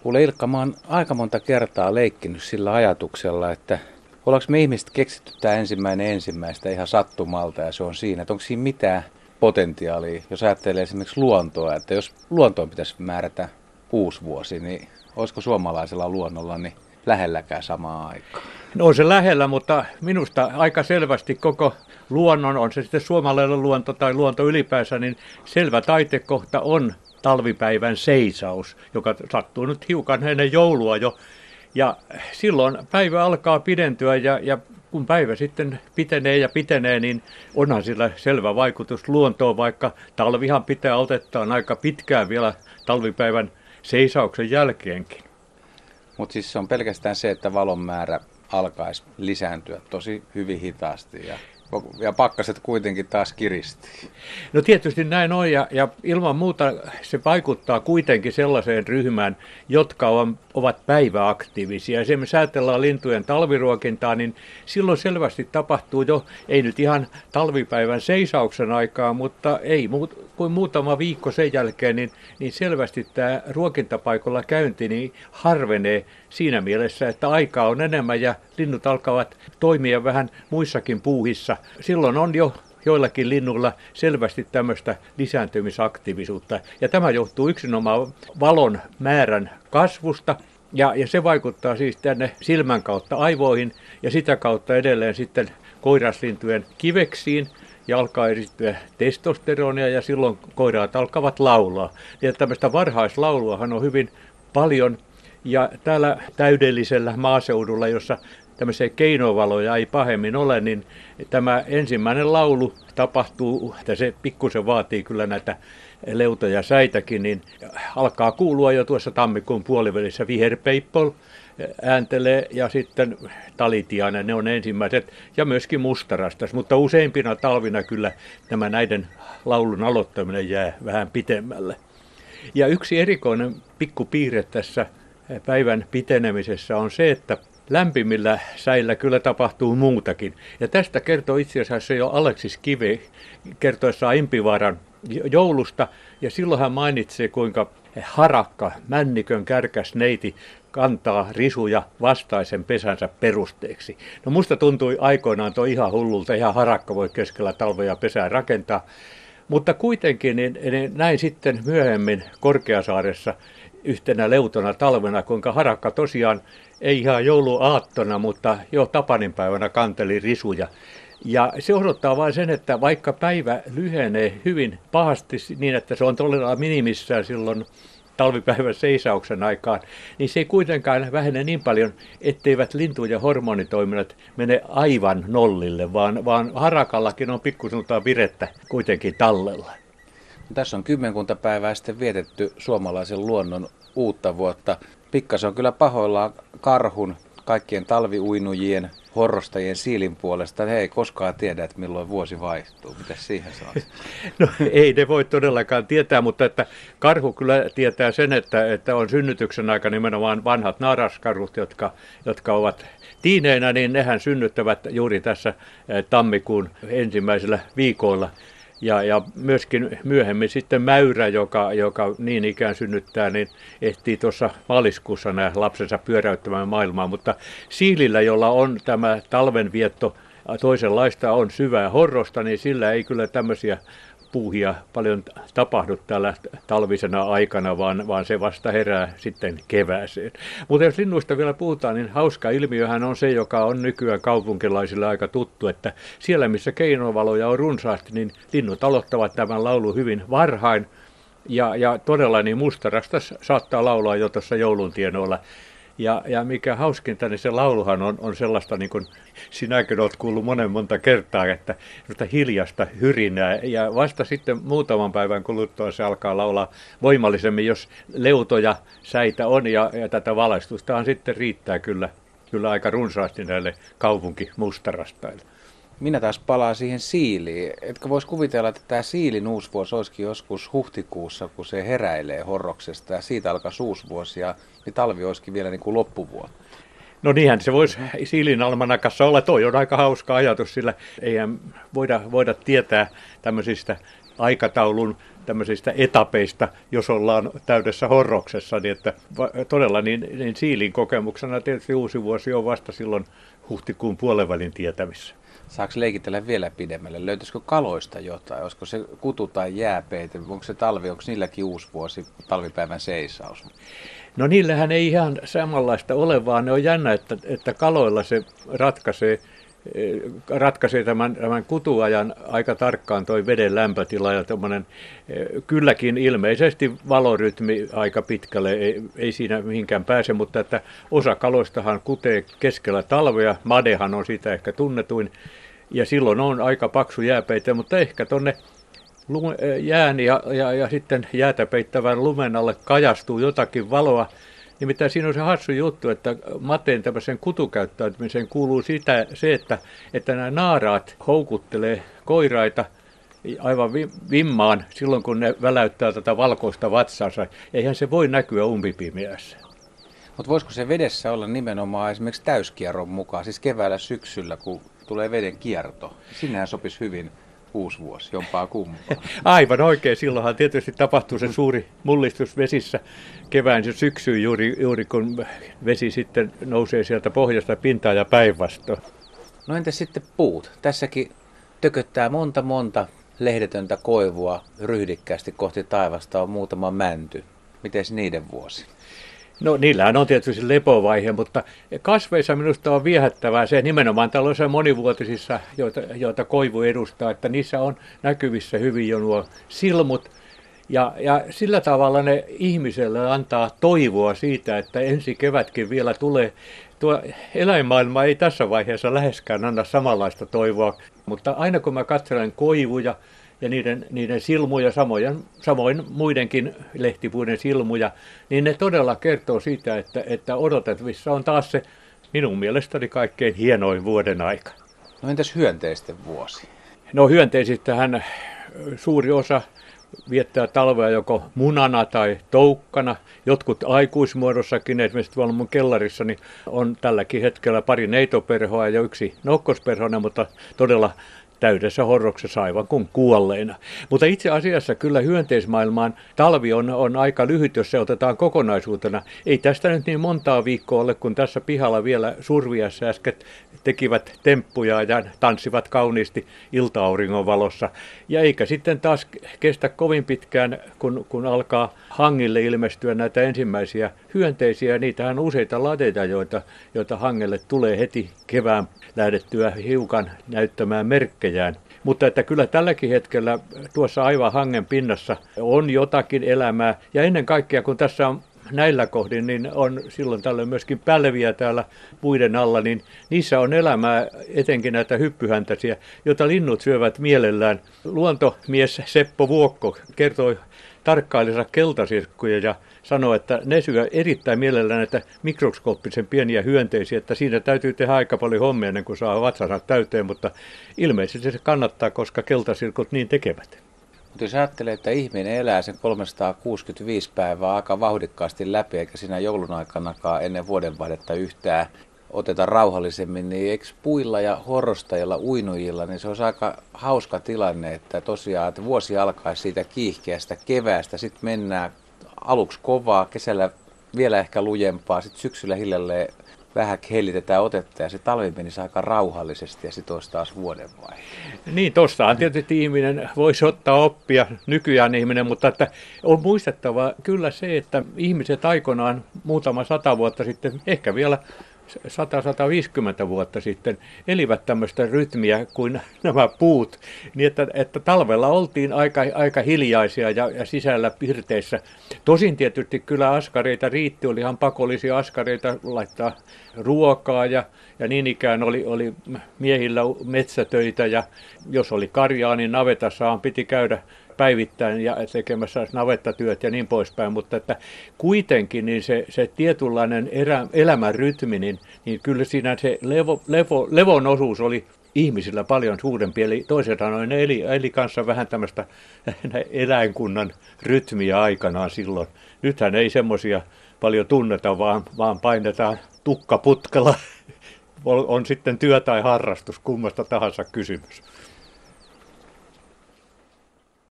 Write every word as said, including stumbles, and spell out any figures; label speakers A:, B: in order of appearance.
A: Kuule Ilkka, mä oon aika monta kertaa leikkinyt sillä ajatuksella, että ollaanko me ihmiset keksitty tämä ensimmäinen ensimmäistä ihan sattumalta ja se on siinä, että onko siinä mitään potentiaalia, jos ajattelee esimerkiksi luontoa, että jos luontoon pitäisi määrätä uusi vuosi, niin olisiko suomalaisella luonnolla niin lähelläkään samaa aikaa?
B: No on se lähellä, mutta minusta aika selvästi koko luonnon, on se sitten suomalainen luonto tai luonto ylipäänsä, niin selvä taitekohta on talvipäivän seisaus, joka sattuu nyt hiukan ennen joulua jo. Ja silloin päivä alkaa pidentyä ja, ja kun päivä sitten pitenee ja pitenee, niin onhan sillä selvä vaikutus luontoon, vaikka talvihan pitää otettaan aika pitkään vielä talvipäivän seisauksen jälkeenkin.
A: Mutta siis se on pelkästään se, että valon määrä alkaisi lisääntyä tosi hyvin hitaasti ja, ja pakkaset kuitenkin taas kiristii.
B: No tietysti näin on ja, ja ilman muuta se vaikuttaa kuitenkin sellaiseen ryhmään, jotka on, ovat päiväaktiivisia. Esimerkiksi ajatellaan lintujen talviruokintaa, niin silloin selvästi tapahtuu jo, ei nyt ihan talvipäivän seisauksen aikaa, mutta ei muut, kuin muutama viikko sen jälkeen, niin, niin selvästi tämä ruokintapaikalla käynti niin harvenee siinä mielessä, että aikaa on enemmän ja linnut alkavat toimia vähän muissakin puuhissa. Silloin on jo joillakin linnuilla selvästi tämmöistä lisääntymisaktiivisuutta. Ja tämä johtuu yksinomaan valon määrän kasvusta. Ja, ja se vaikuttaa siis tänne silmän kautta aivoihin ja sitä kautta edelleen sitten koiraslintujen kiveksiin. Ja alkaa esiintyä testosteronia ja silloin koiraat alkavat laulaa. Ja tämmöistä varhaislauluahan on hyvin paljon. Ja täällä täydellisellä maaseudulla, jossa tämmöisiä keinovaloja ei pahemmin ole, niin tämä ensimmäinen laulu tapahtuu, että se pikkusen vaatii kyllä näitä leutoja ja säitäkin, niin alkaa kuulua jo tuossa tammikuun puolivälissä. Viherpeippol ääntelee ja sitten talitiainen, ne on ensimmäiset, ja myöskin mustarastas, mutta useimpina talvina kyllä tämä näiden laulun aloittaminen jää vähän pitemmälle. Ja yksi erikoinen pikkupiirre tässä päivän pitenemisessä on se, että lämpimillä säillä kyllä tapahtuu muutakin. Ja tästä kertoo itse asiassa jo Aleksis Kivi kertoessaan Impivaaran joulusta. Ja silloin hän mainitsee, kuinka harakka, männikön kärkäs neiti kantaa risuja vastaisen pesänsä perusteeksi. No musta tuntui aikoinaan tuo ihan hullulta, ihan harakka voi keskellä talvea pesää rakentaa. Mutta kuitenkin niin, niin näin sitten myöhemmin Korkeasaaressa yhtenä leutona talvena, kuinka harakka tosiaan ei ihan jouluaattona, mutta jo tapaninpäivänä kanteli risuja. Ja se osoittaa vain sen, että vaikka päivä lyhenee hyvin pahasti niin, että se on todella minimissään silloin talvipäivän seisauksen aikaan, niin se ei kuitenkaan vähene niin paljon, etteivät lintu- ja hormonitoiminnat mene aivan nollille, vaan, vaan harakallakin on pikkusultaan virettä kuitenkin tallella.
A: Tässä on kymmenkunta päivää sitten vietetty suomalaisen luonnon uutta vuotta. Pikkasen on kyllä pahoillaan karhun, kaikkien talviuinujien, horrostajien siilin puolesta. He ei koskaan tiedä, että milloin vuosi vaihtuu. Mitäs siihen sanoisi?
B: No ei ne voi todellakaan tietää, mutta että karhu kyllä tietää sen, että, että on synnytyksen aika nimenomaan vanhat naaraskarhut, jotka, jotka ovat tiineinä, niin nehän synnyttävät juuri tässä tammikuun ensimmäisellä viikolla. Ja, ja myöskin myöhemmin sitten mäyrä, joka, joka niin ikään synnyttää, niin ehtii tuossa maaliskuussa nämä lapsensa pyöräyttämään maailmaa. Mutta siilillä, jolla on tämä talvenvietto toisenlaista, on syvää horrosta, niin sillä ei kyllä tämmöisiä puuhia paljon tapahdu tällä talvisena aikana, vaan, vaan se vasta herää sitten kevääseen. Mutta jos linnuista vielä puhutaan, niin hauska ilmiöhän on se, joka on nykyään kaupunkilaisille aika tuttu, että siellä missä keinovaloja on runsaasti, niin linnut aloittavat tämän laulun hyvin varhain. Ja, ja todella niin mustarastas saattaa laulaa jo tuossa jouluntienoilla. Ja, ja mikä hauskinta, niin se lauluhan on, on sellaista, niin kuin sinäkin olet kuullut monen monta kertaa, että hiljasta hyrinää. Ja vasta sitten muutaman päivän kuluttua se alkaa laulaa voimallisemmin, jos leutoja säitä on. Ja, ja tätä valaistustahan sitten riittää kyllä, kyllä aika runsaasti näille kaupunkimustarastajille.
A: Minä taas palaan siihen siiliin. Etkö voisi kuvitella, että tämä siilin uusvuosi olisikin joskus huhtikuussa, kun se heräilee horroksesta ja siitä alkaa uusvuosi ja niin talvi olisikin vielä niin kuin loppuvuonna.
B: No niinhän se voisi siilin almanakassa olla. Toi on aika hauska ajatus, sillä eihän voida, voida tietää tämmöisistä aikataulun tämmöisistä etapeista, jos ollaan täydessä horroksessa, niin että todella niin, niin siilin kokemuksena tietysti uusi vuosi on vasta silloin huhtikuun puolenvälin tietävissä.
A: Saako leikitellä vielä pidemmälle? Löytyisikö kaloista jotain? Olisiko se kutu tai jääpeite? Onko se talvi, onko niilläkin uusi vuosi, talvipäivän seisaus?
B: No niillähän ei ihan samanlaista ole, vaan ne on jännä, että, että kaloilla se ratkaisee, ratkaisee tämän, tämän kutuajan aika tarkkaan toi veden lämpötila ja tommonen, kylläkin ilmeisesti valorytmi aika pitkälle, ei, ei siinä mihinkään pääse, mutta että osa kaloistahan kutee keskellä talvea, madehan on siitä ehkä tunnetuin, ja silloin on aika paksu jääpeite, mutta ehkä tonne jään ja, ja, ja sitten jäätä peittävän lumen alle kajastuu jotakin valoa. Nimittäin siinä on se hassu juttu, että mateen tämmöisen kutukäyttäytymiseen kuuluu sitä, se, että, että nämä naaraat houkuttelee koiraita aivan vimmaan silloin, kun ne väläyttää tätä valkoista vatsansa. Eihän se voi näkyä umpipimeässä.
A: Mutta voisiko se vedessä olla nimenomaan esimerkiksi täyskierron mukaan, siis keväällä syksyllä, kun tulee veden kierto? Sinnehän sopisi hyvin uusi vuosi, jompaa kumpaa.
B: Aivan oikein. Silloinhan tietysti tapahtuu se suuri mullistus vesissä kevään ja syksyyn juuri, juuri kun vesi sitten nousee sieltä pohjasta pintaan ja päinvastoin.
A: No entäs sitten puut? Tässäkin tököttää monta monta lehdetöntä koivua ryhdikkäästi kohti taivasta on muutama mänty. Mites niiden vuosi?
B: No niillähän on tietysti lepovaihe, mutta kasveissa minusta on viehättävää se nimenomaan tällaisissa monivuotisissa, joita, joita koivu edustaa, että niissä on näkyvissä hyvin jo nuo silmut. Ja, ja sillä tavalla ne ihmiselle antaa toivoa siitä, että ensi kevätkin vielä tulee. Tuo eläinmaailma ei tässä vaiheessa läheskään anna samanlaista toivoa, mutta aina kun mä katselen koivuja, ja niiden, niiden silmuja, samoin, samoin muidenkin lehtipuiden silmuja, niin ne todella kertoo siitä, että, että odotettavissa on taas se minun mielestäni kaikkein hienoin vuoden aika.
A: No entäs hyönteisten vuosi?
B: No hyönteisistähän suuri osa viettää talvea joko munana tai toukkana. Jotkut aikuismuodossakin, esimerkiksi tuolla mun kellarissani on tälläkin hetkellä pari neitoperhoa ja yksi nokkosperhonen, mutta todella täydessä horroksessa aivan kuin kuolleina. Mutta itse asiassa kyllä hyönteismaailmaan talvi on, on aika lyhyt, jos se otetaan kokonaisuutena. Ei tästä nyt niin montaa viikkoa ole, kun tässä pihalla vielä surviassa äsken tekivät temppuja ja tanssivat kauniisti ilta-auringon valossa. Ja eikä sitten taas kestä kovin pitkään, kun, kun alkaa hangille ilmestyä näitä ensimmäisiä hyönteisiä. Niitähän on useita ladeita, joita, joita hangelle tulee heti kevään lähdettyä hiukan näyttämään merkkejään. Mutta että kyllä tälläkin hetkellä tuossa aivan hangen pinnassa on jotakin elämää. Ja ennen kaikkea, kun tässä on näillä kohdin, niin on silloin tällöin myöskin pälviä täällä puiden alla, niin niissä on elämää, etenkin näitä hyppyhäntäisiä, joita linnut syövät mielellään. Luontomies Seppo Vuokko kertoi tarkkailensa keltasirkkuja ja sanoi, että ne syö erittäin mielellään näitä mikroskooppisen pieniä hyönteisiä, että siinä täytyy tehdä aika paljon hommia ennen kuin saa vatsansa täyteen, mutta ilmeisesti se kannattaa, koska keltasirkut niin tekevät.
A: Mutta jos ajattelee, että ihminen elää sen kolmesataakuusikymmentäviisi päivää aika vauhdikkaasti läpi, eikä siinä joulun aikanakaan ennen vuodenvaihdetta yhtään oteta rauhallisemmin, niin eikö puilla ja horrostajilla, uinujilla, niin se olisi aika hauska tilanne, että tosiaan että vuosi alkaisi siitä kiihkeästä keväästä, sitten mennään aluksi kovaa, kesällä vielä ehkä lujempaa, sitten syksyllä hiljalleen vähän hellitetään otetta ja se talvi menisi aika rauhallisesti ja sitten olisi taas vuodenvaihe.
B: Niin, tuostahan tietysti ihminen voisi ottaa oppia, nykyään ihminen, mutta että on muistettava kyllä se, että ihmiset aikoinaan muutama sata vuotta sitten, ehkä vielä sata sataviisikymmentä vuotta sitten elivät tämmöistä rytmiä kuin nämä puut, niin että, että talvella oltiin aika, aika hiljaisia ja, ja sisällä pirteissä. Tosin tietysti kyllä askareita riitti, oli ihan pakollisia askareita laittaa ruokaa ja, ja niin ikään oli, oli miehillä metsätöitä ja jos oli karjaa, niin navetassaan piti käydä päivittäin ja tekemässä navettatyöt ja niin poispäin, mutta että kuitenkin niin se, se tietynlainen erä, elämän rytmi, niin, niin kyllä siinä se levo, levo, levon osuus oli ihmisillä paljon suurempi, eli toisin sanoen ne eli, eli kanssa vähän tämmöistä eläinkunnan rytmiä aikanaan silloin. Nythän ei semmoisia paljon tunneta, vaan, vaan painetaan tukkaputkella, on sitten työ tai harrastus, kummasta tahansa kysymys.